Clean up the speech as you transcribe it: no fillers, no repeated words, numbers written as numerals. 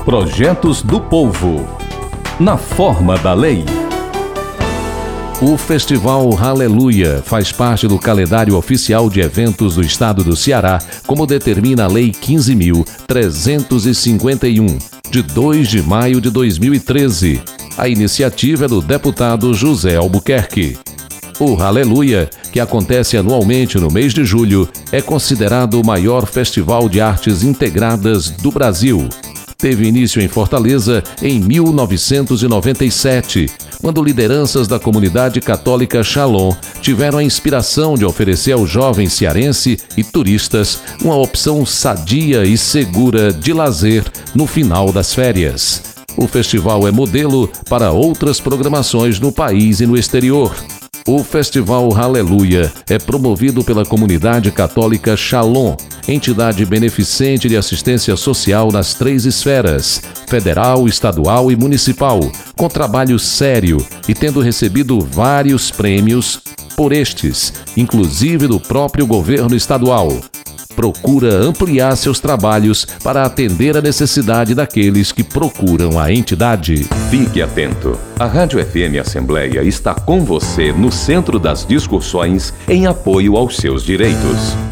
Projetos do Povo. Na forma da lei. O Festival Hallelujah faz parte do calendário oficial de eventos do estado do Ceará, como determina a Lei 15.351, de 2 de maio de 2013. A iniciativa é do deputado José Albuquerque. O Hallelujah, que acontece anualmente no mês de julho, é considerado o maior festival de artes integradas do Brasil. Teve início em Fortaleza em 1997, quando lideranças da comunidade católica Shalom tiveram a inspiração de oferecer ao jovem cearense e turistas uma opção sadia e segura de lazer no final das férias. O festival é modelo para outras programações no país e no exterior. O Festival Hallelujah é promovido pela comunidade católica Shalom, entidade beneficente de assistência social nas 3 esferas, federal, estadual e municipal, com trabalho sério e tendo recebido vários prêmios por estes, inclusive do próprio governo estadual. Procura ampliar seus trabalhos para atender a necessidade daqueles que procuram a entidade. Fique atento. A Rádio FM Assembleia está com você no centro das discussões em apoio aos seus direitos.